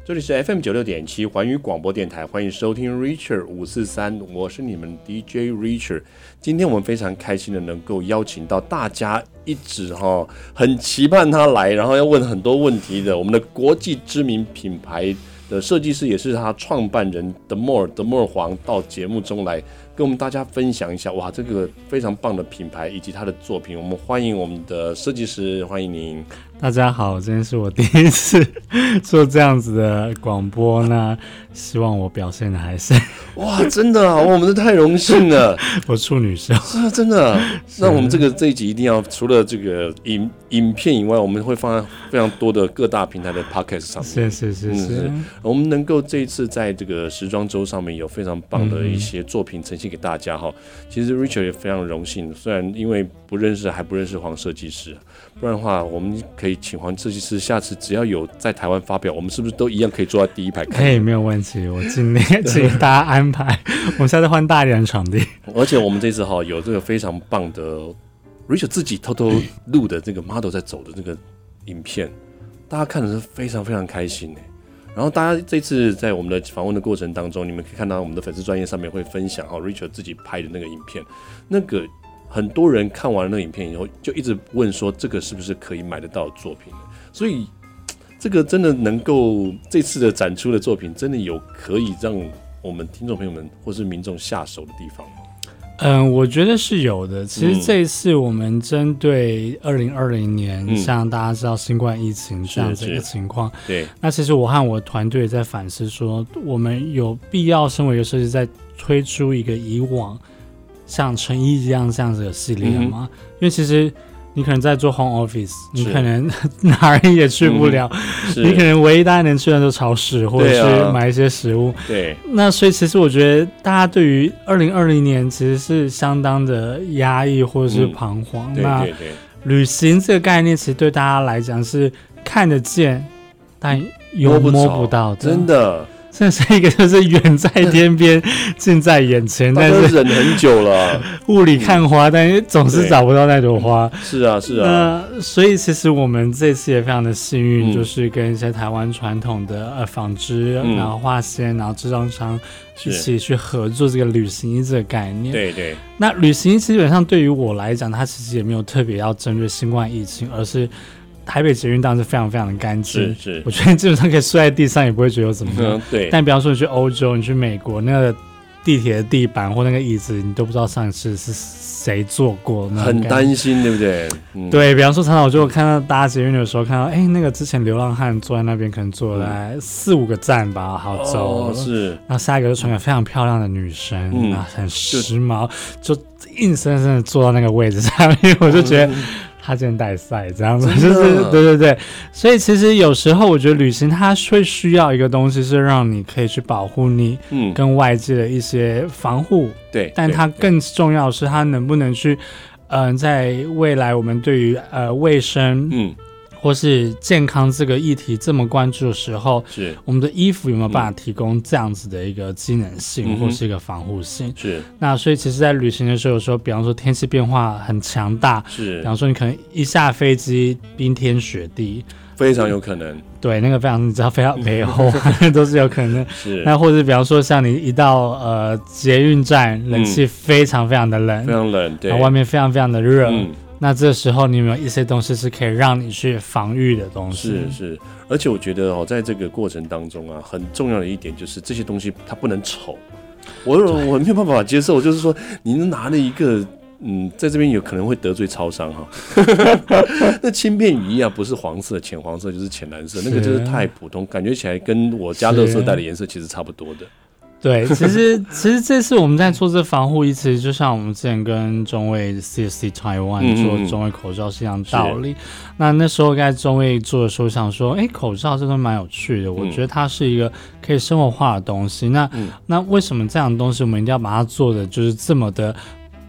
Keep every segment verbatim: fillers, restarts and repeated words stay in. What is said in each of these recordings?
这里是 F M 九十六点七 环宇广播电台，欢迎收听 Richard 五四三，我是你们 D J Richard。今天我们非常开心的能够邀请到大家一直哈很期盼他来，然后要问很多问题的我们的国际知名品牌的设计师，也是他创办人德莫尔德莫尔黄到节目中来跟我们大家分享一下，哇，这个非常棒的品牌以及他的作品。我们欢迎我们的设计师，欢迎您。 大家好，今天是我第一次做这样子的广播，那希望我表现的还是哇，真的啊，我们是太荣幸了。 我处女秀是啊，真的。那我们这个这一集一定要除了这个影影片以外，我们会放在非常多的各大平台的 podcast 上面。 是是是 是, 是、嗯， 我们能够这一次在这个时装周上面有非常棒的一些作品呈现给大家哈、嗯。其实 Richard 也非常荣幸，虽然因为不认识还不认识黄设计师，不然的话我们可以请黄设计师下次只要有在台湾发表，我们是不是都一样可以坐在第一排看？ 可以，没有问题，我尽力请大家安排。我们现在换大一点的场地， 而且我们这次哈有这个非常棒的 Richard 自己偷偷录的这个 model 在走的这个影片，大家看的是非常非常开心哎。然后大家这次在我们的访问的过程当中，你们可以看到我们的粉丝专页上面会分享哈 Richard 自己拍的那个影片，那个很多人看完了那个影片以后，就一直问说这个是不是可以买得到的作品，所以这个真的能够这次的展出的作品，真的有可以让我们听众朋友们或是民众下手的地方吗？ 嗯，我觉得是有的。其实这一次我们针对二零二零年、嗯，像大家知道新冠疫情这样子一个情况， 对， 那其实我和我团队在反思说，我们有必要身为一个设计师在推出一个以往像成衣一样这样子的系列吗、嗯？因为其实你可能在做 home office， 你可能哪儿也去不了、嗯，你可能唯一大家能去的就是超市，或者是买一些食物。 对、啊， 那所以其实我觉得大家对于二零二零年其实是相当的压抑或者是彷徨。 嗯、 那对对对， 旅行这个概念其实对大家来讲是看得见，但又摸不到的， 真的。 这是一个就是远在天边近在眼前，但是忍很久了， 雾里看花、嗯、但是总是找不到那朵花。 是啊是啊， 那所以其实我们这次也非常的幸运、嗯、就是跟一些台湾传统的呃纺织、嗯、然后化纤然后制造商一起去合作这个旅行衣这个概念。 对对， 那旅行衣基本上对于我来讲，它其实也没有特别要针对新冠疫情，而是台北捷运当然是非常非常的干净， 是是， 我觉得基本上可以睡在地上也不会觉得有怎么样、 嗯。对。 但比方说你去欧洲，你去美国，那个地铁的地板或那个椅子，你都不知道上一次是谁坐过， 很担心，对不对？ 嗯、对，比方说常常我就看到搭捷运的时候，看到哎，那个之前流浪汉坐在那边，可能坐了来四五个站吧，好走、 哦。是。 然后下一个就穿个非常漂亮的女生，嗯，啊、很时髦，就硬生生的坐到那个位置上面，我就觉得。嗯，他今天带赛这样子，就是对对对，所以其实有时候我觉得旅行它会需要一个东西，是让你可以去保护你跟外界的一些防护， 对、嗯， 但它更重要的是它能不能去，嗯、呃，在未来我们对于呃卫生，嗯。或是健康这个议题这么关注的时候， 是我们的衣服有没有办法提供这样子的一个机能性、嗯、或是一个防护性？ 是。 那所以其实在旅行的时候，有时候比方说天气变化很强大， 是。 比方说你可能一下飞机冰天雪地， 非常有可能。 对，那个非常你知道飞到北欧都是有可能。 是。 那或者比方说像你一到呃捷运站，冷气非常非常的冷， 嗯、非常冷，对， 然后外面非常非常的热。 嗯， 那这时候你有没有一些东西是可以让你去防御的东西？ 是是，而且我觉得哦，在这个过程当中啊，很重要的一点就是这些东西它不能丑。我我没有办法接受，就是说你拿了一个嗯，在这边有可能会得罪超商哈。那轻便雨衣啊，不是黄色、浅黄色就是浅蓝色，那个就是太普通，感觉起来跟我家垃圾袋的颜色其实差不多的。 对，其实其实这次我们在做这防护衣，其实就像我们之前跟中卫 C S C Taiwan 做中卫口罩是一样道理。那那时候在中卫做的时候，想说，哎，口罩这个蛮有趣的，我觉得它是一个可以生活化的东西。那、嗯、那为什么这样的东西我们一定要把它做的就是这么的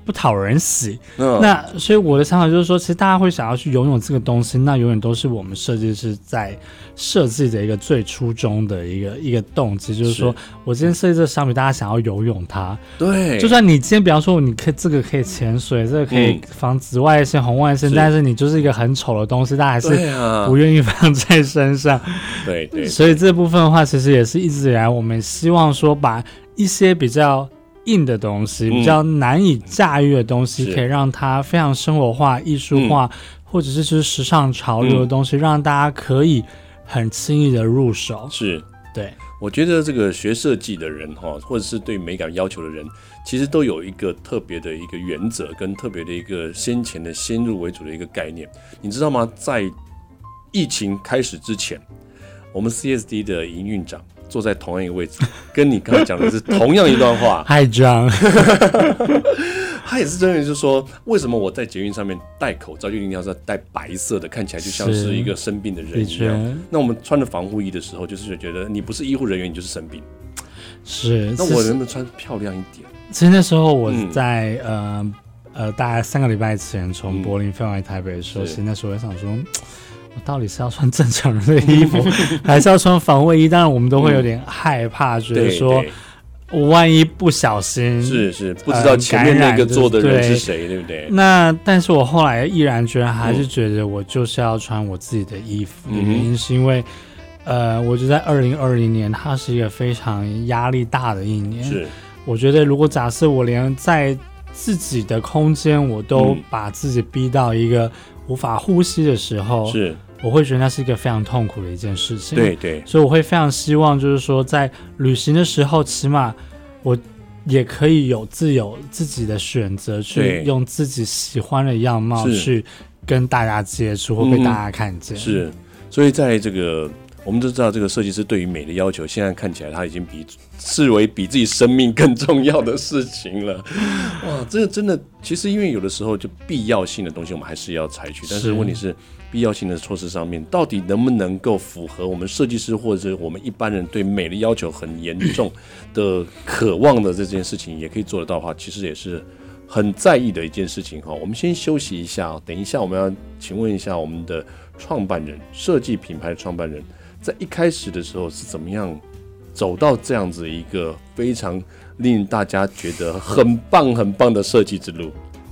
不讨人喜。 嗯、 那所以我的想法就是说，其实大家会想要去拥有这个东西，那永远都是我们设计师在设计的一个最初衷的一个一个动机，就是说我今天设计这个商品，大家想要游泳它。 对， 就算你今天比方说你可以这个可以潜水，这个可以防紫外线、红外线，但是你就是一个很丑的东西，大家还是不愿意放在身上。 对对， 所以这部分的话，其实也是一直以来我们希望说，把一些比较硬的东西、嗯、比较难以驾驭的东西，可以让它非常生活化、艺术化，嗯、或者是就是时尚潮流的东西，嗯、让大家可以很轻易的入手。 是， 对。 我觉得这个学设计的人哈，或者是对美感要求的人，其实都有一个特别的一个原则，跟特别的一个先前的先入为主的一个概念。你知道吗？在疫情开始之前，我们 C S D 的营运长坐在同样一个位置，跟你刚才讲的是同样一段话。 Hi John， 他也是真的，就是说，为什么我在捷运上面戴口罩就一定要是戴白色的，看起来就像是一个生病的人一样。那我们穿着防护衣的时候，就是觉得你不是医护人员，你就是生病。 是， 那我能不能穿漂亮一点？ 其实那时候我在、嗯、呃呃大概三个礼拜前从柏林飞回台北的时候，嗯、其实那时候我想说。我到底是要穿正常人的衣服，还是要穿防卫衣？当然，我们都会有点害怕，嗯、觉得说，我万一不小心， 是是不知道前面那个坐的人是谁，呃、对不对？ 那但是我后来毅然决然，还是觉得我就是要穿我自己的衣服。嗯、原因是因为，呃，我觉得在二零二零年，它是一个非常压力大的一年。是，我觉得如果假设我连在自己的空间，我都把自己逼到一个无法呼吸的时候，是。我会觉得那是一个非常痛苦的一件事情， 对对， 所以我会非常希望，就是说在旅行的时候，起码我也可以有自由自己的选择，去用自己喜欢的样貌去跟大家接触，或被大家看见。嗯、 是，所以在这个我们都知道，这个设计师对于美的要求，现在看起来他已经比视为比自己生命更重要的事情了。哇，这个真的，其实因为有的时候就必要性的东西，我们还是要采取，但是问题是。必要性的措施上面，到底能不能够符合我们设计师或者我们一般人对美的要求很严重的渴望的这件事情，也可以做得到的话，其实也是很在意的一件事情哈。我们先休息一下，等一下我们要请问一下我们的创办人，设计品牌的创办人，在一开始的时候是怎么样走到这样子一个非常令大家觉得很棒很棒的设计之路。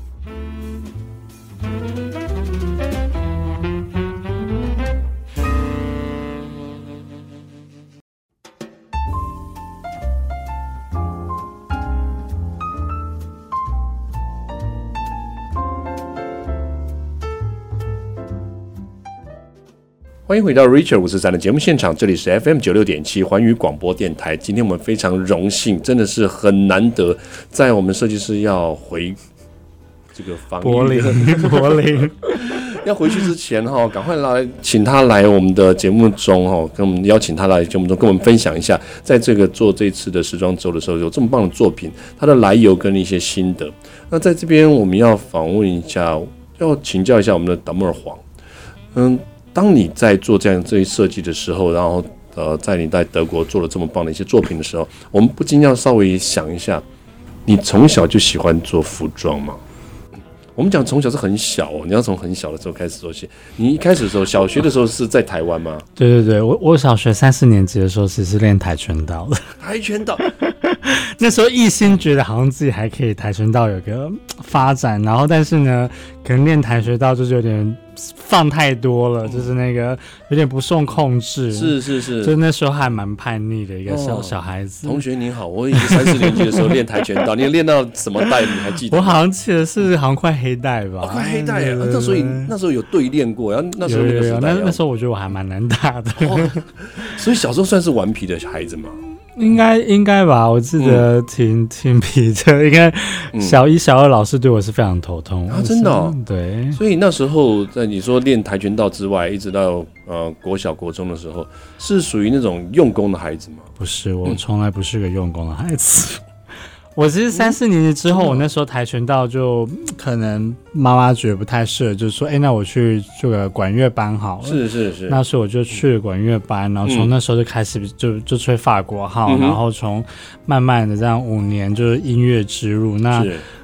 欢迎回到 Richard 五四三的节目现场，这里是 F M 九六点七环宇广播电台。今天我们非常荣幸，真的是很难得，在我们设计师要回这个防疫柏林，柏林要回去之前哈，赶快来请他来我们的节目中哈，跟我们邀请他来节目中跟我们分享一下，在这个做这次的时装周的时候有这么棒的作品，它的来由跟一些心得。那在这边我们要访问一下，要请教一下我们的达莫尔黄，嗯。当你在做这样这些设计的时候，然后呃，在你在德国做了这么棒的一些作品的时候，我们不禁要稍微想一下，你从小就喜欢做服装吗？我们讲从小是很小哦，你要从很小的时候开始做起。你一开始的时候，小学的时候是在台湾吗？ 对对对，我我小学三四年级的时候，其实是练跆拳道的。 跆拳道， 那时候一心觉得好像自己还可以跆拳道有个发展，然后但是呢，可能练跆拳道就是有点放太多了，就是那个有点不受控制。 是是是， 就那时候还蛮叛逆的一个小、哦、小孩子。 同学您好，我也是三四年级的时候练跆拳道，你练到什么带？你还记得？ 我好像记得是好像快黑带吧， 哦、快黑带啊！那所以那时候有对练过，然后那时候那个时代、啊， 有有有那那时候我觉得我还蛮难打的、 哦，所以小时候算是顽皮的孩子嘛。 应该应该吧，我记得挺、嗯、挺皮的。应该小一、小二老师对我是非常头痛啊，真的、哦。 对， 所以那时候在你说练跆拳道之外，一直到呃国小国中的时候，是属于那种用功的孩子吗？ 不是，我从来不是个用功的孩子。嗯我其实三四年级之后，我那时候跆拳道就可能妈妈觉得不太适合，就是说，哎、欸，那我去这个管乐班好了。 是是是。 那时候我就去了管乐班，然后从那时候就开始就就吹法国号，嗯、然后从慢慢的这样五年就是音乐之路。那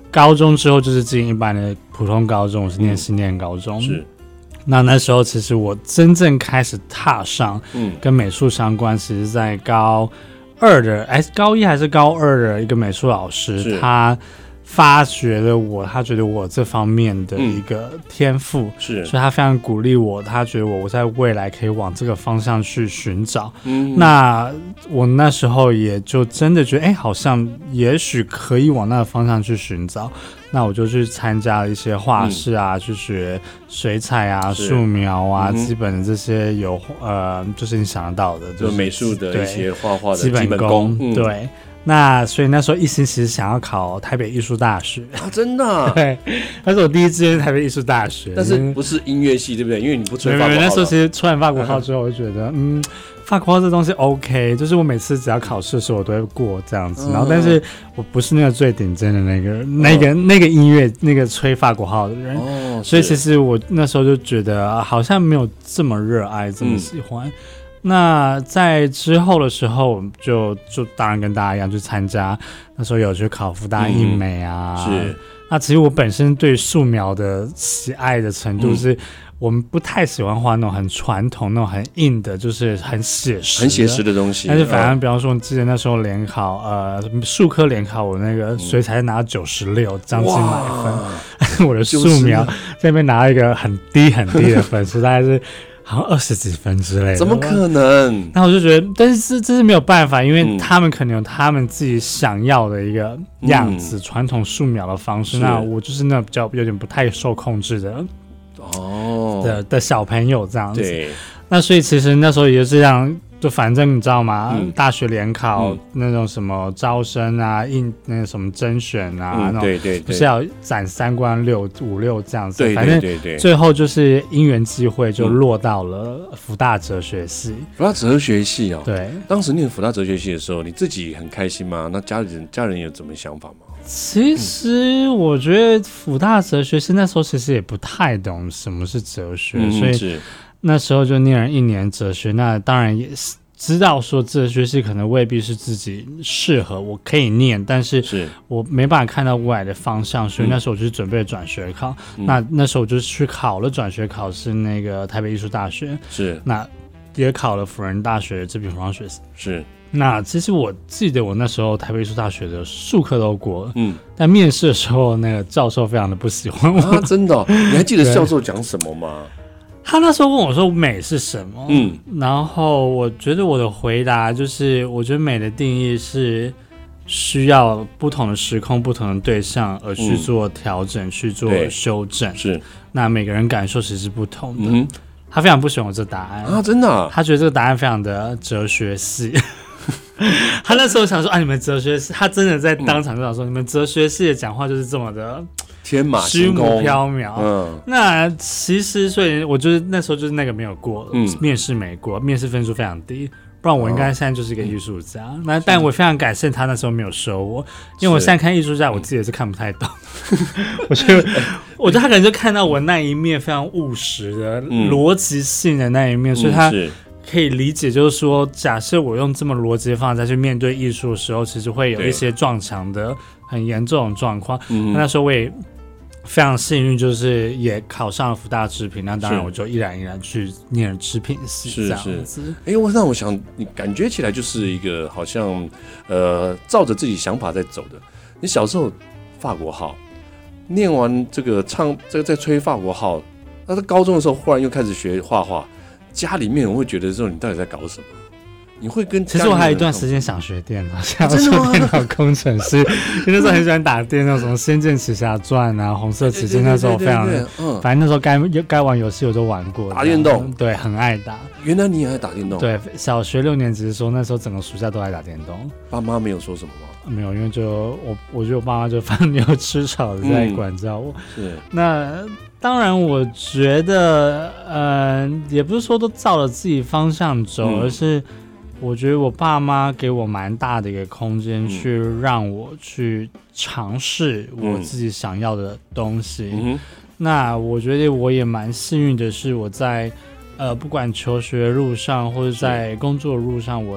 高中之后就是进一般的普通高中，我是念新念高中。 嗯、是。 那那时候其实我真正开始踏上跟美术相关，其实在高二的，哎，高一还是高二的一个美术老师，他发掘了我，他觉得我这方面的一个天赋，嗯、是，所以他非常鼓励我，他觉得我我在未来可以往这个方向去寻找。嗯，那我那时候也就真的觉得，哎，好像也许可以往那个方向去寻找。那我就去参加了一些画室啊，嗯、去学水彩啊、素描啊，嗯、基本的这些有呃，就是你想得到的， 就是美术的一些画画的基本功。嗯、对，那所以那时候一心其实想要考台北艺术大学啊，真的、啊。 对，那是我第一志愿台北艺术大学， 但是不是音乐系，对不对？因为你不吹法国号。 那时候其实吹完法国号之后，我就觉得嗯。法国号这东西 OK， 就是我每次只要考试的时候我都会过这样子，嗯、然后但是我不是那个最顶尖的那个、嗯、那个那个音乐那个吹法国号的人，哦、所以其实我那时候就觉得好像没有这么热爱，这么喜欢。嗯、那在之后的时候就就当然跟大家一样去参加，那时候有去考福大印美啊，嗯、是。那其实我本身对素描的喜爱的程度是。嗯我们不太喜欢画那种很传统、那种很硬的，就是很写实、 很写实的东西。 但是反正，比方说，我记得那时候联考，呃，数科联考，我那个水彩拿九十六，将近满分。我的素描在那边拿一个很低很低的分数，大概是好像二十几分之类的。 怎么可能？ 那我就觉得，但是这是没有办法，因为他们可能有他们自己想要的一个样子，传、嗯、统素描的方式。那我就是那比较有点不太受控制的。哦的的小朋友这样子，对，那所以其实那时候也是这样，就反正你知道吗？嗯、大学联考、嗯、那种什么招生啊、应那个什么甄选啊，嗯、那种对对对，不是要攒三关六五六这样子，对对对对，最后就是因缘际会就落到了福大哲学系。 福大哲学系哦， 对， 当时念福大哲学系的时候，你自己很开心吗？那家人家人有什么想法吗？ 其实我觉得辅大哲学系那时候其实也不太懂什么是哲学，嗯、所以那时候就念了一年哲学。那当然也是知道说哲学系可能未必是自己适合，我可以念，但是我没办法看到未来的方向，所以那时候我就准备转学考。嗯、那那时候我就去考了转学考试，那个台北艺术大学是，那也考了辅仁大学制品服装学系是。那其实我记得我那时候台北艺术大学的数科都过了，嗯，但面试的时候那个教授非常的不喜欢我， 啊、真的、哦？你还记得教授讲什么吗？ 他那时候问我说美是什么，嗯，然后我觉得我的回答就是，我觉得美的定义是需要不同的时空、不同的对象而去做调整、嗯、去做修正，是。那每个人感受其实是不同的。嗯，他非常不喜欢我这答案啊，真的、啊？ 他觉得这个答案非常的哲学系。他那时候想说啊，你们哲学系，他真的在当场就想说，嗯、你们哲学系的讲话就是这么的天马行空、虚无缥缈。嗯，那其实所以我就是那时候就是那个没有过，嗯、面试没过，面试分数非常低，不然我应该现在就是一个艺术家。哦、那但我非常感谢他那时候没有收我，因为我现在看艺术家，我自己也是看不太懂。我觉得，我觉得他可能就看到我那一面非常务实的、嗯、逻辑性的那一面，所以他。嗯可以理解，就是说，假设我用这么逻辑的方法再去面对艺术的时候，其实会有一些撞墙的很严重的状况。嗯、那时候我也非常幸运，就是也考上了福大织品，那当然我就毅然毅然去念了织品系这样子。 哎，我让我想，你感觉起来就是一个好像呃，照着自己想法在走的。你小时候法国号，念完这个唱这个在吹法国号，那在高中的时候忽然又开始学画画。家里面我会觉得说你到底在搞什么？你会跟其实我还有一段时间想学电脑，想做电脑工程师，因为那时候很喜欢打电脑，什么《仙剑奇侠传》啊，《红色奇迹》那时候非常，嗯，反正那时候该该玩游戏我都玩过， 打电动， 对，很爱打。 原来你也爱打电动？ 对，小学六年级的时候，那时候整个暑假都爱打电动。 爸妈没有说什么吗？ 没有，因为就我我觉得我爸妈就放牛吃草的在管教我。嗯、是那。当然，我觉得，呃，也不是说都照了自己方向走，嗯、而是我觉得我爸妈给我蛮大的一个空间，去让我去尝试我自己想要的东西。嗯、那我觉得我也蛮幸运的是，我在呃不管求学路上或者在工作路上，我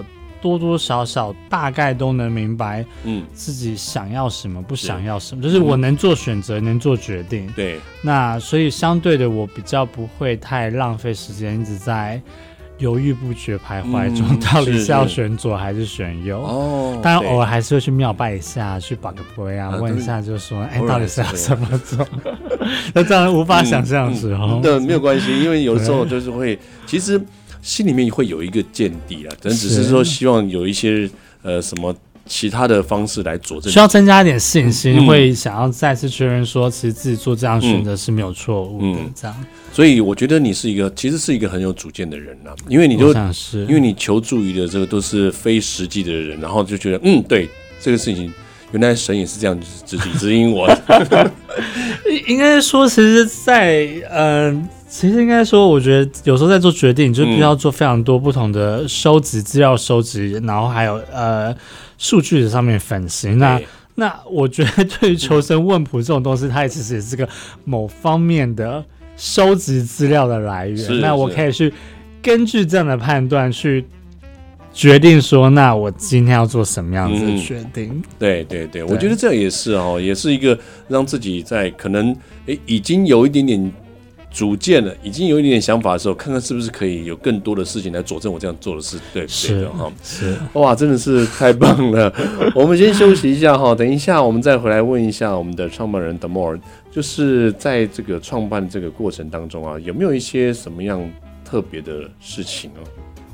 多多少少大概都能明白， 嗯， 自己想要什么，不想要什么，就是我能做选择，能做决定。 对， 那所以相对的，我比较不会太浪费时间，一直在犹豫不决徘徊中，嗯、到底是要选左还是选右？哦，当然偶尔还是会去庙拜一下，去把个杯啊，问一下，就说，哎、欸，到底是要怎么做？那这样无法想象的时候， 对、嗯，没有关系，因为有的时候就是会，其实心里面会有一个见地啊，可能只是说希望有一些呃什么。其他的方式来佐证， 需要增加一点信心，嗯、会想要再次确认说，其实自己做这样选择是没有错误的。嗯、这样， 所以我觉得你是一个，其实是一个很有主见的人啊，因为你就，因为你求助于的这个都是非实际的人，然后就觉得，嗯，对这个事情，原来神也是这样指指指引我。 应该说，其实在，在呃。其实应该说，我觉得有时候在做决定，你就必须要做非常多不同的收集资料、收集，然后还有呃数据的上面分析。那那我觉得对于求神问卜这种东西，它其实也是个某方面的收集资料的来源。那我可以去根据这样的判断去决定说，那我今天要做什么样子的决定？嗯、 对对对，我觉得这也是哦，也是一个让自己在可能诶已经有一点点。主见了，已经有一点点想法的时候，看看是不是可以有更多的事情来佐证我这样做的事，对不对的哈？ 是， 哇，真的是太棒了！我们先休息一下哈，等一下我们再回来问一下我们的创办人 Damore， 就是在这个创办这个过程当中啊，有没有一些什么样特别的事情哦？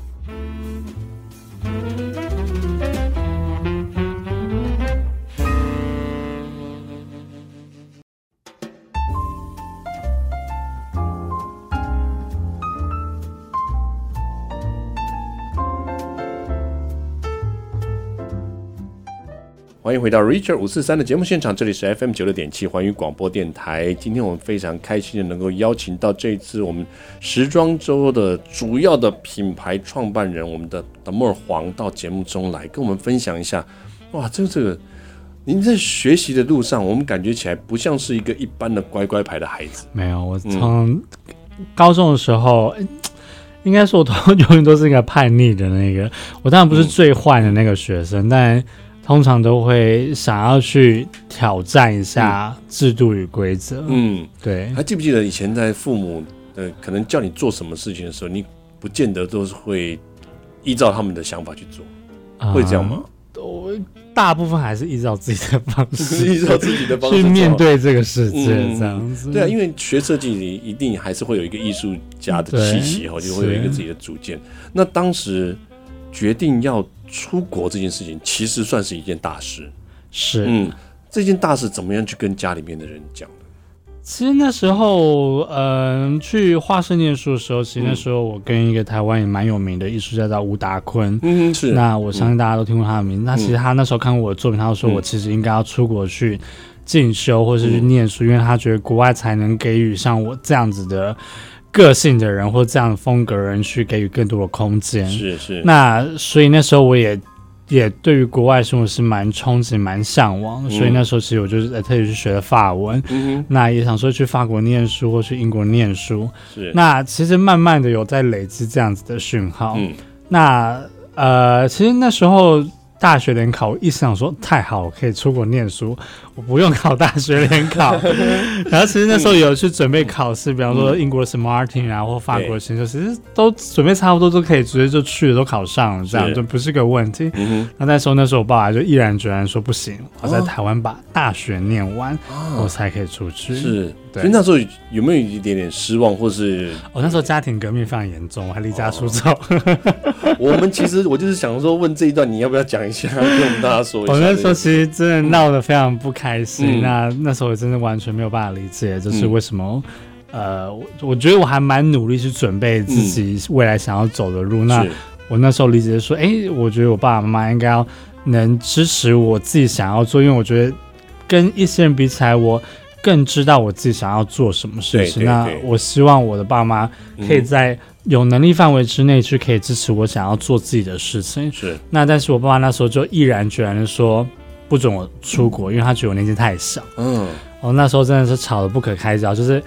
欢迎回到 Richard 五四三的节目现场，这里是 F M 九六点七环宇广播电台。今天我们非常开心的能够邀请到这一次我们时装周的主要的品牌创办人，我们的 Damore 黄到节目中来跟我们分享一下。哇，这个这个，您在学习的路上，我们感觉起来不像是一个一般的乖乖牌的孩子。 没有，我从高中的时候。嗯应该说，我都永远都是一个叛逆的那个。我当然不是最坏的那个学生，嗯、但通常都会想要去挑战一下制度与规则。嗯，对。 还记不记得以前在父母的可能叫你做什么事情的时候，你不见得都是会依照他们的想法去做，嗯、会这样吗？ 我大部分还是依照自己的方式， 依照自己的方式去面对这个世界，这样子。 嗯、对啊，因为学设计里一定还是会有一个艺术家的气息，就会有一个自己的主见。那当时决定要出国这件事情，其实算是一件大事。 是， 嗯，这件大事怎么样去跟家里面的人讲？ 其实那时候，嗯、呃，去画室念书的时候，其实那时候我跟一个台湾也蛮有名的艺术家叫吴达坤， 嗯，是。 那我相信大家都听过他的名字。嗯、那其实他那时候看过我的作品，他就说我其实应该要出国去进修，或是去念书，嗯、因为他觉得国外才能给予像我这样子的个性的人，或这样的风格的人去给予更多的空间。 是是。 那所以那时候我也。也对于国外生活是蛮憧憬、蛮向往的，嗯、所以那时候其实我就是特意去学了法文，嗯、那也想说去法国念书或去英国念书。 是， 那其实慢慢的有在累积这样子的讯号。 嗯、 那呃，其实那时候大学联考，我一直想说太好，我可以出国念书，我不用考大学联考。然后其实那时候有去准备考试，比方说英国的 Saint Martin 啊，或法国的新秀，其实都准备差不多，都可以直接就去了，都考上了，这样就不是个问题。 嗯、 那那时候那时候我爸爸就毅然决然说不行，我在台湾把大学念完，哦、我才可以出去。 是。所以那时候有没有一点点失望，或是我、哦、那时候家庭革命非常严重，我还离家出走。 哦、我们其实我就是想说，问这一段你要不要讲一下，跟我们大家说一下。 我那时候其实真的闹得非常不开心，嗯、那那时候我真的完全没有办法理解，就是为什么。嗯、呃，我觉得我还蛮努力去准备自己未来想要走的路。嗯、那我那时候理解说，哎、欸，我觉得我爸爸妈妈应该要能支持我自己想要做，因为我觉得跟一些人比起来，我。更知道我自己想要做什么事情，那我希望我的爸妈可以在有能力范围之内去可以支持我想要做自己的事情。 是， 那但是我爸妈那时候就毅然决然的说不准我出国，因为他觉得我年纪太小。 嗯， 我那时候真的是吵得不可开交，就是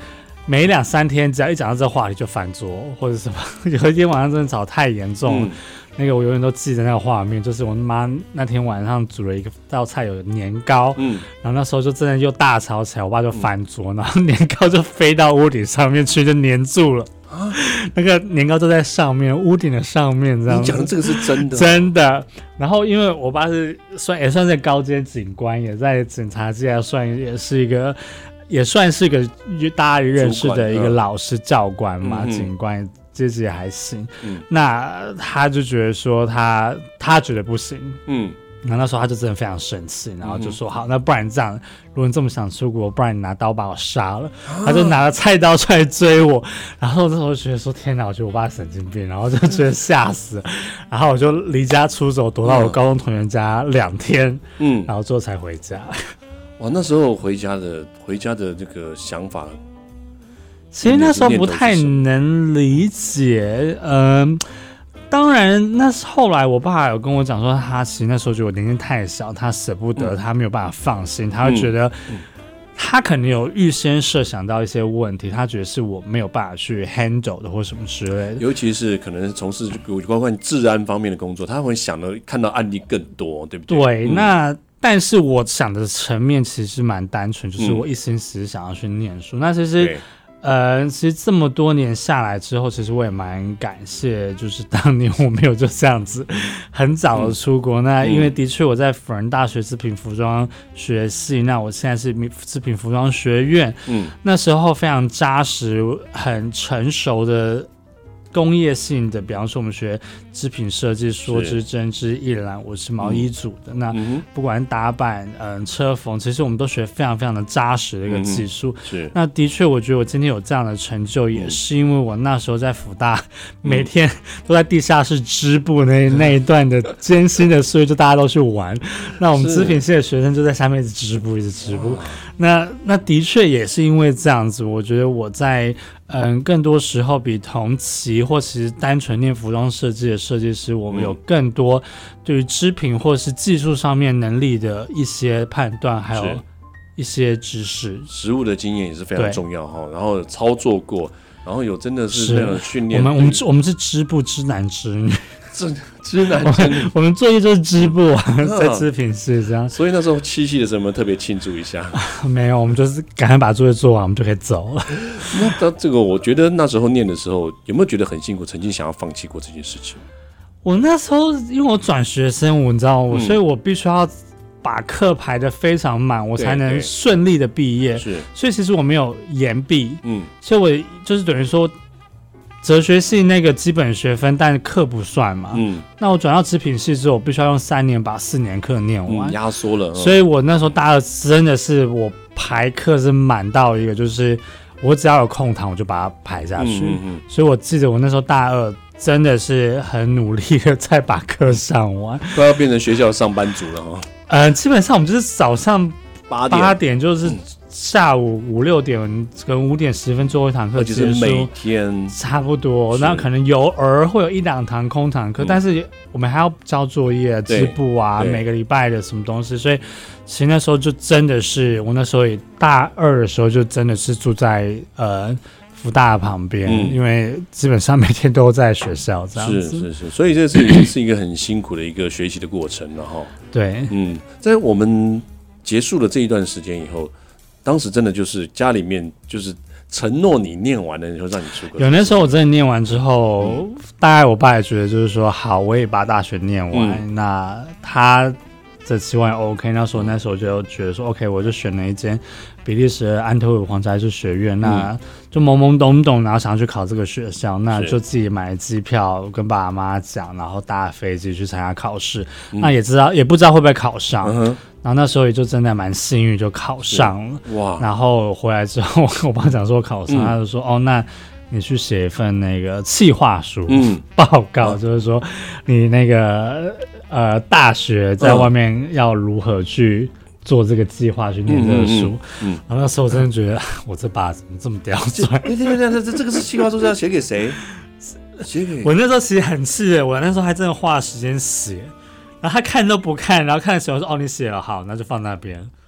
每两三天只要一讲到这话题就翻桌或者什么，有一天晚上真的吵太严重了。嗯，那个我永远都记得那个画面，就是我妈那天晚上煮了一个道菜有年糕，嗯，然后那时候就真的又大吵起来，我爸就翻桌，嗯，然后年糕就飞到屋顶上面去，就粘住了。啊，那个年糕就在上面，屋顶的上面这样子。 你讲的这个是真的？ 真的。然后因为我爸是算也算是高阶警官，也在警察界算也是一个，也算是一个大家认识的一个老师教官嘛，嗯，警官。阶级也还行，嗯，那他就觉得说他他觉得不行，嗯，然后那时候他就真的非常生气，然后就说，嗯，好，那不然这样，如果你这么想出国，不然你拿刀把我杀了，啊，他就拿了菜刀出来追我，然后那时候就觉得说天哪，我觉得我爸神经病，然后就觉得吓死了，然后我就离家出走，躲到我高中同学家两天，嗯，然后之后才回家。 哇，那时候回家的回家的这个想法。 其实那时候不太能理解，嗯、呃，当然那后来我爸有跟我讲说，他其实那时候觉得我年纪太小，他舍不得，嗯，他没有办法放心，他会觉得他可能有预先设想到一些问题，他觉得是我没有办法去 handle 的或什么之类的， 尤其是可能从事有关治安方面的工作，他会想的看到案例更多，对不对？ 对，嗯，那。但是我想的层面其实蛮单纯，就是我一心只是想要去念书。嗯，那其实，呃，其实这么多年下来之后，其实我也蛮感谢，就是当年我没有就这样子很早的出国。嗯，那因为的确我在辅仁大学织品服装学系，那我现在是织品服装学院，嗯，那时候非常扎实、很成熟的。工业性的，比方说我们学织品设计、梭织、针织、一染，我是毛衣组的。嗯，那不管打板、嗯车缝，其实我们都学非常非常的扎实的一个技术。嗯，是。那的确，我觉得我今天有这样的成就，也是因为我那时候在辅大，嗯，每天都在地下室织布那那一段的艰辛的岁月，就大家都去玩。那我们织品系的学生就在下面一直织布，一直织布。那那的确也是因为这样子，我觉得我在。嗯，更多时候比同期或其实单纯念服装设计的设计师，我们有更多对于织品或是技术上面能力的一些判断，还有一些知识。实务的经验也是非常重要哈，然后操作过，然后有真的是这样的训练。 我们我们我们是织布织男织女。 织男织女， 我们作业就是织布啊，在织品室这样。 所以那时候七夕的时候，我们特别庆祝一下。 没有，我们就是赶快把作业做完，我们就可以走了。 那这个，我觉得那时候念的时候，有没有觉得很辛苦？曾经想要放弃过这件事情？ 我那时候因为我转学生，我你知道我、嗯，所以我必须要把课排得非常满，我才能顺利的毕业。是，所以其实我没有延毕，嗯，所以我就是等于说。哲学系那个基本学分，但课不算嘛。嗯，那我转到织品系之后，我必须要用三年把四年课念完， 压、嗯、缩了、哦。 所以我那时候大二真的是我排课是满到一个，就是我只要有空堂我就把它排下去。嗯嗯嗯，所以我记得我那时候大二真的是很努力的在把课上完， 快要变成学校上班族了哦。 呃，基本上我们就是早上八点，八点就是。嗯下午五六点跟五点十分最后一堂课结束， 每天差不多。那可能有偶尔会有一两堂空堂课、嗯，但是我们还要交作业、织布啊，每个礼拜的什么东西。所以其实那时候就真的是，我那时候也大二的时候就真的是住在呃福大旁边、嗯，因为基本上每天都在学校这样子。 是是是，所以这是是一个很辛苦的一个学习的过程了哈。 对， 嗯，在我们结束了这一段时间以后。当时真的就是家里面就是承诺你念完了以后让你出国。 有那时候我真的念完之后、嗯，大概我爸也觉得就是说好，我也把大学念完，嗯、那他的期望也 OK。那时候那时候就觉得说 OK， 我就选了一间比利时安特卫普皇家艺术学院，那就懵懵懂懂，然后想要去考这个学校，那就自己买机票跟爸爸妈妈讲，然后搭飞机去参加考试、嗯。那也知道也不知道会不会考上。嗯，然后那时候也就真的蛮幸运，就考上了。哇！然后回来之后，我爸讲说考上、嗯，他就说：“哦，那你去写一份那个企划书、嗯、报告，就是说你那个呃大学在外面要如何去做这个计划，去念这个书。嗯”嗯，然后那时候我真的觉得，我这爸怎么这么刁钻？ 对对对对，这这个是企划书是要写给谁？写给我那时候其实很气，我那时候还真的花了时间写。然后他看都不看，然后看的时候说：“哦，你写了好，那就放那边。”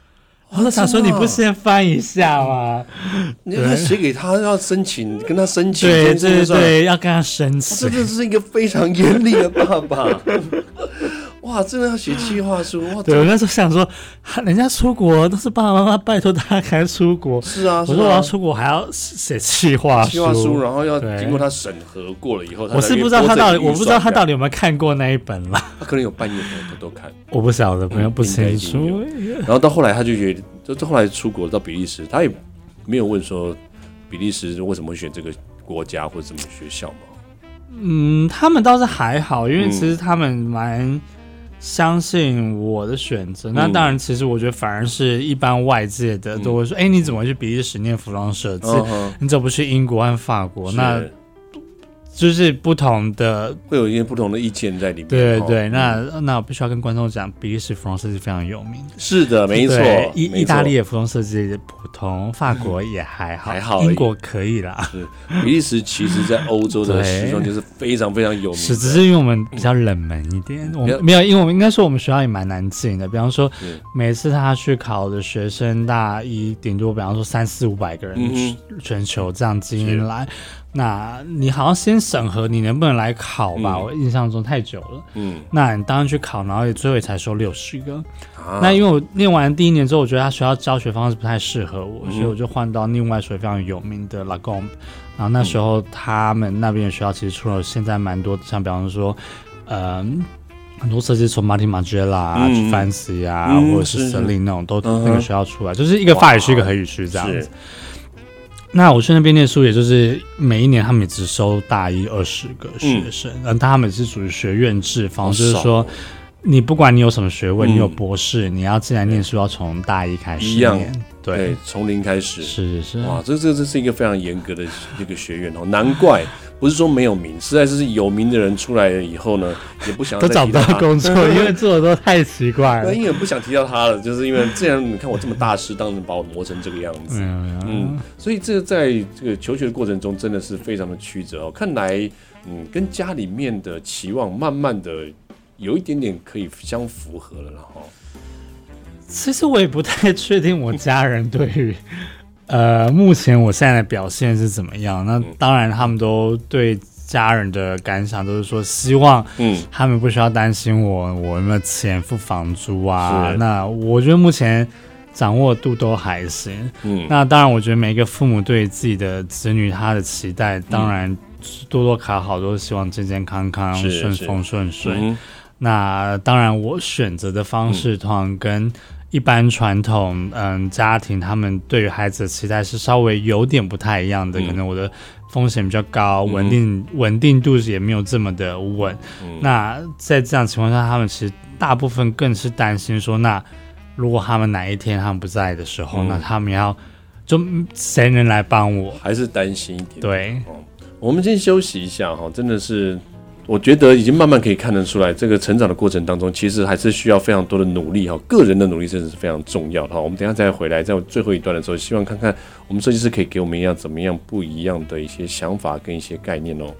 我都想说，你不先翻一下吗？ 你要写给他，要申请，跟他申请， 对对对，要跟他申请。 真的是一个非常严厉的爸爸。哇，真的要写企划书哇！ 对，我那时候想说，人家出国都是爸爸妈妈拜托他开出国， 是啊， 我说我要出国还要写企划书， 企划书，然后要经过他审核过了以后， 我是不知道他到底，我不知道他到底有没有看过那一本啦。 他可能有半夜偷偷看， 我不晓得，没有不清楚。 然后到后来他就觉得，就后来出国到比利时，他也没有问说比利时为什么会选这个国家或者什么学校嘛。 嗯，他们倒是还好，因为其实他们蛮相信我的选择。嗯、那当然，其实我觉得反而是一般外界的都会说：“哎、嗯欸，你怎么会去比利时念服装设计？嗯、你怎么不去英国和法国？”那就是不同的， 会有一些不同的意见在里面。 对对对，那那我必须要跟观众讲，比利时服装设计非常有名。 是的，没错。 意意大利的服装设计普通，法国也还好， 还好， 英国可以啦。 是比利时其实在欧洲的时装就是非常非常有名。 是，只是因为我们比较冷门一点，我们没有，因为我们应该说我们学校也蛮难进的。比方说，每次他去考的学生大一，顶多比方说三四五百个人，嗯、全球这样进来。那你好像先审核你能不能来考吧，嗯、我印象中太久了。嗯，那你当然去考，然后也最后也才收六十个。啊、那因为我念完第一年之后，我觉得他学校教学方式不太适合我，嗯、所以我就换到另外所非常有名的 Lagombe。然后那时候他们那边的学校其实出了现在蛮多，像比方说，呃，很多设计从 Martin Margiela 啊、嗯、Fancy 啊，嗯、或者是 Celine 那种都那个学校出来，嗯、就是一个法语区一个荷语区这样子。那我去那边念书，也就是每一年他们也只收大一二十个学生，嗯，但他们是属于学院制方，就是说，你不管你有什么学位，嗯、你有博士，你要进来念书要从大一开始念，一样， 对，从零开始， 是是是， 哇，这这这是一个非常严格的一个学院哦，难怪。不是说没有名，实在是有名的人出来了以后呢，也不想都找不到工作，因为做的都太奇怪了。 因为不想提到他了，就是因为既然你看我这么大师，当然把我磨成这个样子。嗯, 嗯，所以这在这个求学的过程中真的是非常的曲折哦。看来，嗯，跟家里面的期望慢慢的有一点点可以相符合了哈。 其实我也不太确定我家人对于。呃，目前我现在的表现是怎么样？那当然，他们都对家人的感想都是说，希望他们不需要担心我，我有没有钱付房租啊。那我觉得目前掌握度都还行。嗯，那当然，我觉得每一个父母对自己的子女他的期待，当然多多卡好，都是希望健健康康、顺风顺水。嗯、那当然，我选择的方式通常跟一般传统嗯家庭他们对于孩子的期待是稍微有点不太一样的，嗯、可能我的风险比较高，稳定稳定度也没有这么的稳。嗯、那在这样的情况下，他们其实大部分更是担心说，那如果他们哪一天他们不在的时候，嗯、那他们要就谁能来帮我？ 还是担心一点。 对， 哦，我们先休息一下哈，真的是。我觉得已经慢慢可以看得出来，这个成长的过程当中，其实还是需要非常多的努力哈，个人的努力真的是非常重要的哈。我们等一下再回来，在最后一段的时候，希望看看我们设计师可以给我们一样怎么样不一样的一些想法跟一些概念哦。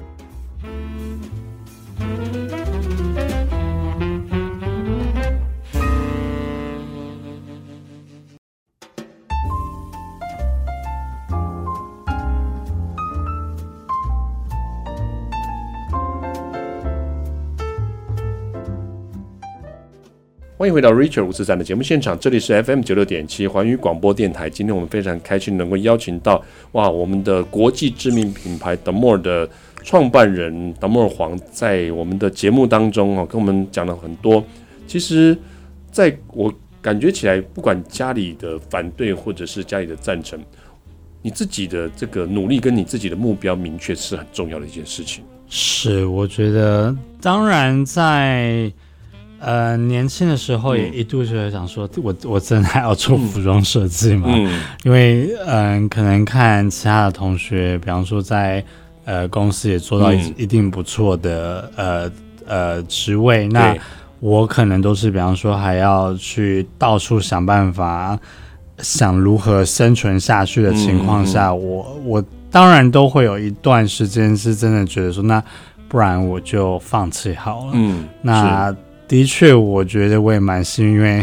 欢迎回到 Richard 五四三的节目现场，这里是 F M 九六点七环宇广播电台。今天我们非常开心能够邀请到哇我们的国际知名品牌 Damor 的创办人 Damor 黄，在我们的节目当中哦跟我们讲了很多。其实，在我感觉起来，不管家里的反对或者是家里的赞成，你自己的这个努力跟你自己的目标明确是很重要的一件事情。 是，我觉得当然在。呃，年轻的时候也一度就想说，嗯、我我真的还要做服装设计吗？嗯、因为嗯、呃，可能看其他的同学，比方说在呃公司也做到一、嗯、一定不错的呃呃职位，那我可能都是比方说还要去到处想办法，想如何生存下去的情况下，嗯、我我当然都会有一段时间是真的觉得说，那不然我就放弃好了。嗯，那。的确，我觉得我也蛮幸运，因为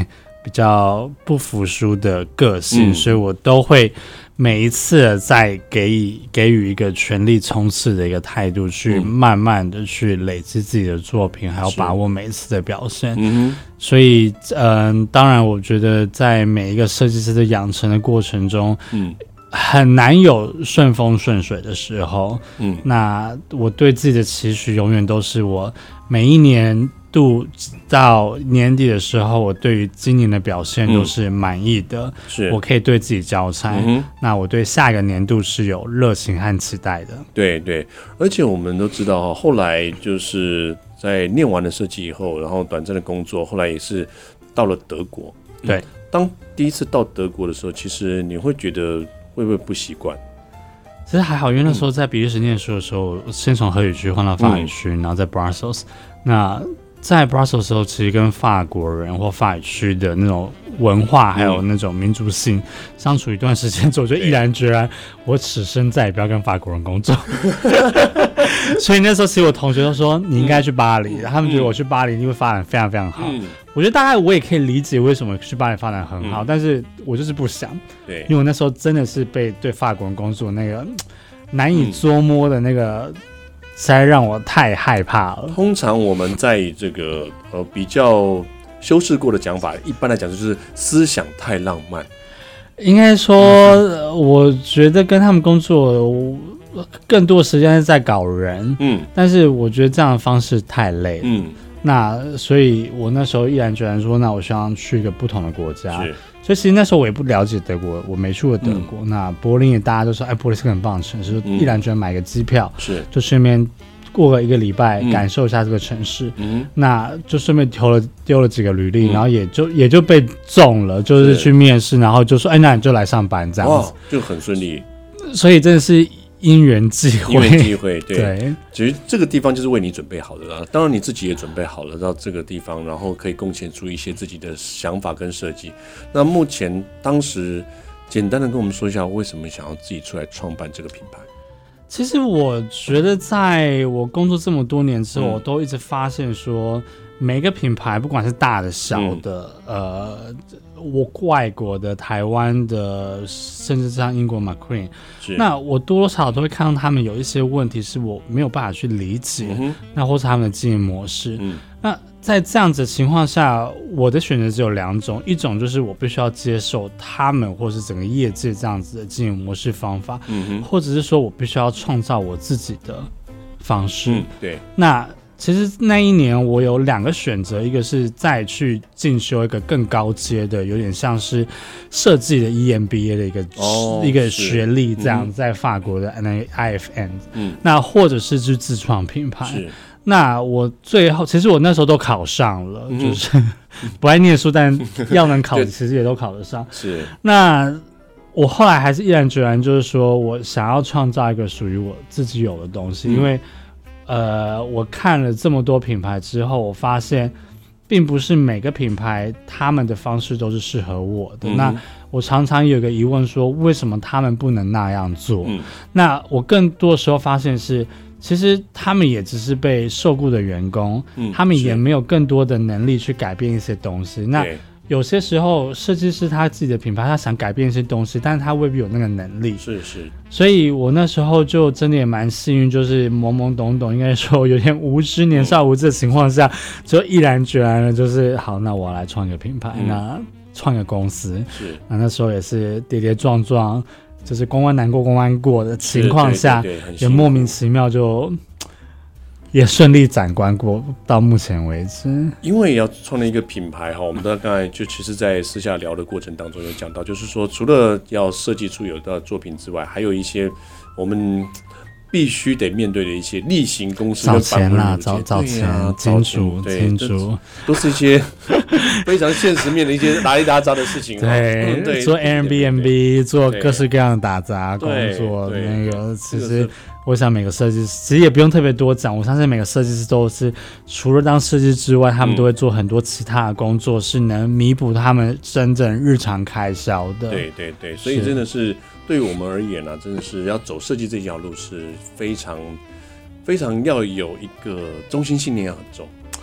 比较不服输的个性， 嗯、 所以我都会每一次在给予给予一个全力冲刺的一个态度，去慢慢的去累积自己的作品，还要把握每一次的表现。 嗯、 所以，嗯、呃，当然，我觉得在每一个设计师的养成的过程中，嗯。很难有顺风顺水的时候，嗯，那我对自己的期许永远都是我每一年度到年底的时候，我对于今年的表现都是满意的，嗯、是我可以对自己交差、嗯。那我对下一个年度是有热情和期待的。 对对，而且我们都知道，后来就是在念完了设计以后，然后短暂的工作，后来也是到了德国。 对， 嗯、当第一次到德国的时候，其实你会觉得。会不会不习惯？ 其实还好，因为那时候在比利时念书的时候，嗯、先从荷语区换到法语区，嗯、然后在 Brussels。那在 Brussels 的时候，其实跟法国人或法语区的那种文化还有那种民族性、嗯、相处一段时间之后，就毅然决然，我此生再也不要跟法国人工作。所以那时候，其实我同学都说你应该去巴黎，嗯、他们觉得我去巴黎一定会发展非常非常好。嗯、我觉得大概我也可以理解为什么去巴黎发展很好，嗯、但是我就是不想。 对， 因为我那时候真的是被对法国人工作那个难以捉摸的那个。实在让我太害怕了。 通常我们在这个呃比较修饰过的讲法，一般来讲就是思想太浪漫。 应该说，嗯、我觉得跟他们工作更多时间是在搞人，嗯，但是我觉得这样的方式太累了，嗯，那所以我那时候毅然决然说，那我希望去一个不同的国家。是所以其实那时候我也不了解德国，我没去过德国。嗯、那柏林也大家都说，哎，柏林是个很棒的城市，嗯、毅然决然买个机票，是就顺便过个一个礼拜，嗯、感受一下这个城市。嗯，那就顺便丢了丢了几个履历，嗯、然后也就也就被中了，就是去面试，然后就说，哎，那你就来上班这样子， 就很顺利。 所以真的是。因缘际会， 因缘际会，对， 对， 其实这个地方就是为你准备好的啦。当然你自己也准备好了到这个地方，然后可以贡献出一些自己的想法跟设计。那目前当时简单的跟我们说一下，为什么想要自己出来创办这个品牌？ 其实我觉得，在我工作这么多年之后，嗯、我都一直发现说，每个品牌不管是大的、小的，嗯、呃。我外国的、台湾的，甚至像英国 McQueen， 那我多多少少都会看到他们有一些问题是我没有办法去理解，嗯、那或是他们的经营模式。嗯、那在这样子的情况下，我的选择只有两种，一种就是我必须要接受他们或是整个业界这样子的经营模式方法，嗯、或者是说我必须要创造我自己的方式。嗯、对，那。其实那一年我有两个选择，一个是再去进修一个更高阶的，有点像是设计的 E M B A 的一个、哦、一个学历，这样、嗯、在法国的 I F N，嗯，那或者是去自创品牌。那我最后其实我那时候都考上了，嗯、就是不爱念书，但要能考，其实也都考得上。是，那我后来还是毅然决然，就是说我想要创造一个属于我自己有的东西，嗯、因为。呃，我看了这么多品牌之后，我发现并不是每个品牌他们的方式都是适合我的。嗯、那我常常有一个疑问说，为什么他们不能那样做？嗯、那我更多时候发现是，其实他们也只是被受雇的员工，嗯、他们也没有更多的能力去改变一些东西。那有些时候，设计师他自己的品牌，他想改变一些东西，但是他未必有那个能力。是是。所以我那时候就真的也蛮幸运，就是懵懵懂懂，应该说有点无知、年少无知的情况下，嗯、就毅然决然的，就是好，那我要来创一个品牌，嗯、那创一个公司。是。那那时候也是跌跌撞撞，就是公关难过公关过的情况下，对对对也莫名其妙就。也顺利展关过到目前为止。 因为要创立一个品牌哈，我们刚才就其实在私下聊的过程当中有讲到，就是说除了要设计出有的作品之外，还有一些我们必须得面对的一些例行公事跟办公啦，找找钱、金主、金主， 都是一些非常现实面的一些拉里拉杂的事情。 对，嗯、对做 Airbnb， 做各式各样的打杂工作，那个其实。我想每个设计师其实也不用特别多讲，我相信每个设计师都是除了当设计之外，他们都会做很多其他的工作，是能弥补他们真正日常开销的。 对对对，所以真的是对于我们而言啊，真的是要走设计这条路是非常非常要有一个中心信念要很重。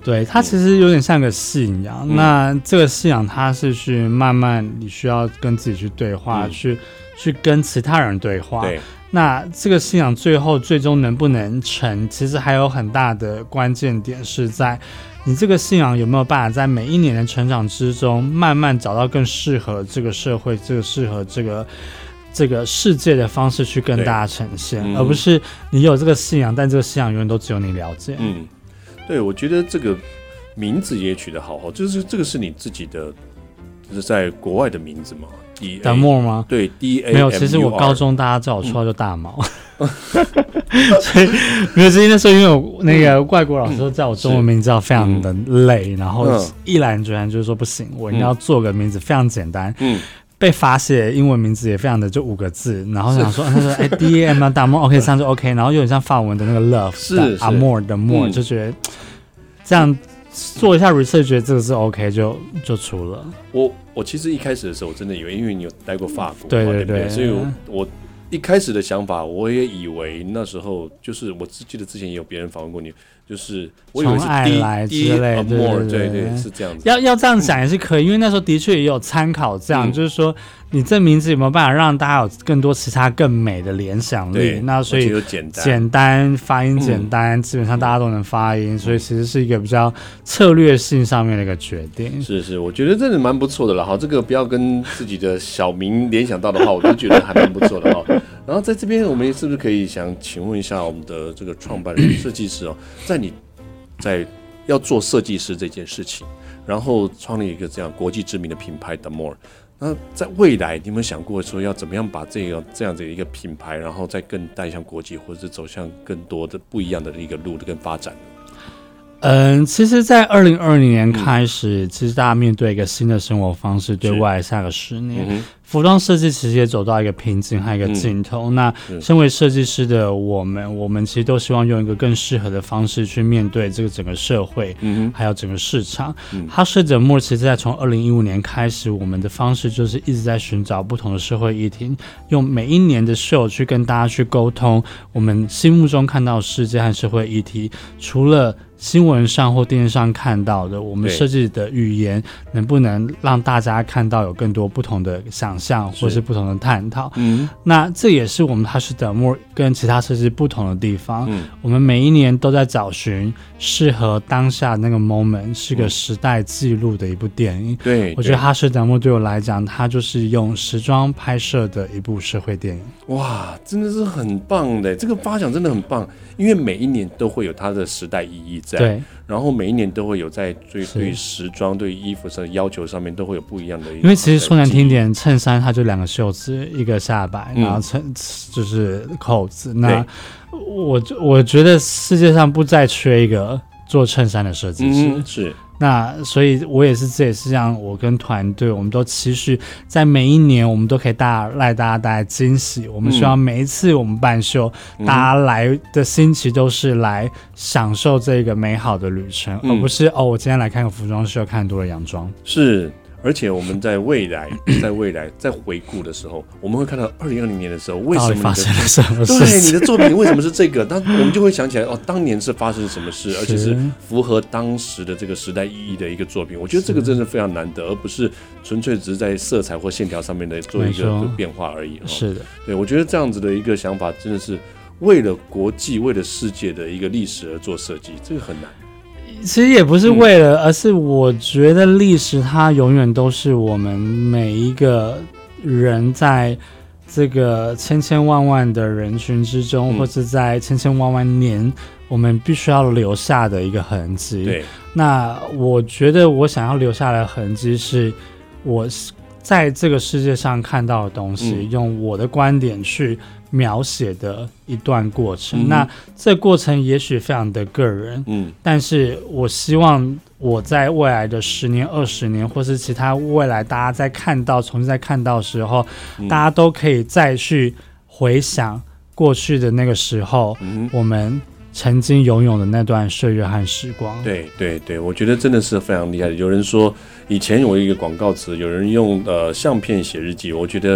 对，它其实有点像个信仰。嗯、那这个信仰，它是去慢慢，你需要跟自己去对话，嗯、去去跟其他人对话。 对。 那这个信仰最后最终能不能成，其实还有很大的关键点是在你这个信仰有没有办法在每一年的成长之中，慢慢找到更适合这个社会、这个适合这个这个世界的方式去跟大家呈现，嗯、而不是你有这个信仰，但这个信仰永远都只有你了解。 嗯，对，我觉得这个名字也取得好好，就是这个是你自己的，就是在国外的名字嘛。 Damour 吗？ 对 ，D A M U R 没有，其实我高中大家叫我绰号就大毛，嗯、所以没有，之前那时候因为我那个外国老师都叫我中文名字叫非常的累，嗯、然后毅然决然就是说不行，我一定要做个名字非常简单。嗯，被罚写英文名字也非常的就五个字，然后想说他说哎 D A M 啊 Damour OK 这样就 OK， 然后有点像法文的那个 love 是 Amour 的 more，、嗯、就觉得这样。做一下 research， 觉得这个是 OK， 就就出了。 我我其实一开始的时候，我真的以为，因为你有待过法国， 对对 对, 对， 所以我我一开始的想法，我也以为那时候就是我记得之前也有别人访问过你，就是我以为是 D 从爱来之类的， 对对 对, 对, 对，是这样子。 要要这样讲也是可以，因为那时候的确也有参考这样，嗯、就是说你这名字有没有办法让大家有更多其他更美的联想力？那所以简单， 简单发音简单，嗯、基本上大家都能发音，嗯、所以其实是一个比较策略性上面的一个决定。 是是，我觉得真的蛮不错的了哈。这个不要跟自己的小名联想到的话，我都觉得还蛮不错的哈。然后在这边，我们是不是可以想请问一下我们的这个创办人设计师哦，在你在要做设计师这件事情，然后创立一个这样国际知名的品牌 Damour， 那在未来你有没有想过说要怎么样把这个这样子的一个品牌，然后再更带向国际，或者是走向更多的不一样的一个路跟发展？ 嗯，其实，在二零二零年开始，嗯、其实大家面对一个新的生活方式，对未来下个十年，嗯、服装设计其实也走到一个瓶颈和一个尽头。嗯、那身为设计师的我们，我们其实都希望用一个更适合的方式去面对这个整个社会，嗯、还有整个市场。嗯、哈士德莫其实在从二零一五年开始，我们的方式就是一直在寻找不同的社会议题，用每一年的秀去跟大家去沟通我们心目中看到世界和社会议题，除了新闻上或电视上看到的，我们设计的语言能不能让大家看到有更多不同的想象，或是不同的探讨？嗯，那这也是我们哈士德莫跟其他设计不同的地方。嗯，我们每一年都在找寻适合当下那个 moment， 是个时代记录的一部电影。对，我觉得哈士德莫对我来讲，它就是用时装拍摄的一部社会电影。 哇，真的是很棒的，这个发想真的很棒，因为每一年都会有它的时代意义在。 对， 然后每一年都会有在对对时装、对衣服的要求上面都会有不一样的一个。 因为其实说难听点，衬衫它就两个袖子，一个下摆，嗯、然后衬就是扣子。那我我觉得世界上不再缺一个做衬衫的设计师。 嗯、是。 那所以我也是，这也是让我跟团队，我们都期许在每一年我们都可以带来大家带来惊喜。我们希望每一次我们办秀，嗯、大家来的心情都是来享受这个美好的旅程，嗯、而不是哦，我今天来看个服装秀，看多了洋装。 是。而且我们在未来，在未来在回顾的时候，我们会看到二零二零年的时候，为什么你的发生了什么事？ 对，你的作品为什么是这个？那我们就会想起来，哦，当年是发生什么事，而且是符合当时的这个时代意义的一个作品。我觉得这个真的非常难得，而不是纯粹只是在色彩或线条上面的做一个变化而已。 是的， 对，我觉得这样子的一个想法，真的是为了国际、为了世界的一个历史而做设计，这个很难。 其实也不是为了，嗯、而是我觉得历史它永远都是我们每一个人在这个千千万万的人群之中，嗯、或是在千千万万年，我们必须要留下的一个痕迹。对，那我觉得我想要留下来的痕迹是我在这个世界上看到的东西，嗯、用我的观点去描写的一段过程。嗯、那这过程也许非常的个人，嗯，但是我希望我在未来的十年、二十年，或是其他未来大家在看到、重新再看到的时候，嗯、大家都可以再去回想过去的那个时候，嗯、我们曾经拥有的那段岁月和时光。 对对对，我觉得真的是非常厉害的。有人说以前有一个广告词，有人用呃相片写日记，我觉得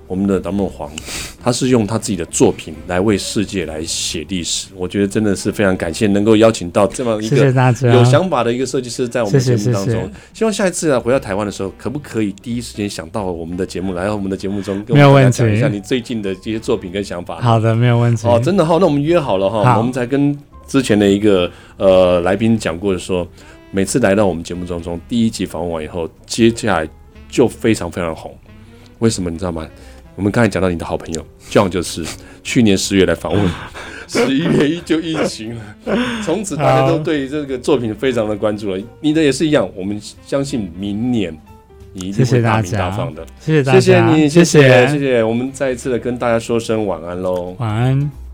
我们的达梦黄，他是用他自己的作品来为世界来写历史。我觉得真的是非常感谢能够邀请到这么一个有想法的一个设计师在我们节目当中。谢谢谢谢，希望下一次啊回到台湾的时候，可不可以第一时间想到我们的节目，来到我们的节目中跟我们大家讲一下你最近的这些作品跟想法？ 好的，没有问题。 哦，真的好，那我们约好了哈，我们才跟之前的一个呃来宾讲过的说，每次来到我们节目当中，第一集访问完以后，接下来就非常非常红。为什么你知道吗？我们刚才讲到你的好朋友 John， 就是去年十月来访问，十一月一就疫情了，从此大家都对这个作品非常的关注了。你的也是一样，我们相信明年你一定会大名大放的。 谢谢大家， 谢谢你， 谢谢谢谢谢。我们再一次的跟大家说声晚安喽， 晚安。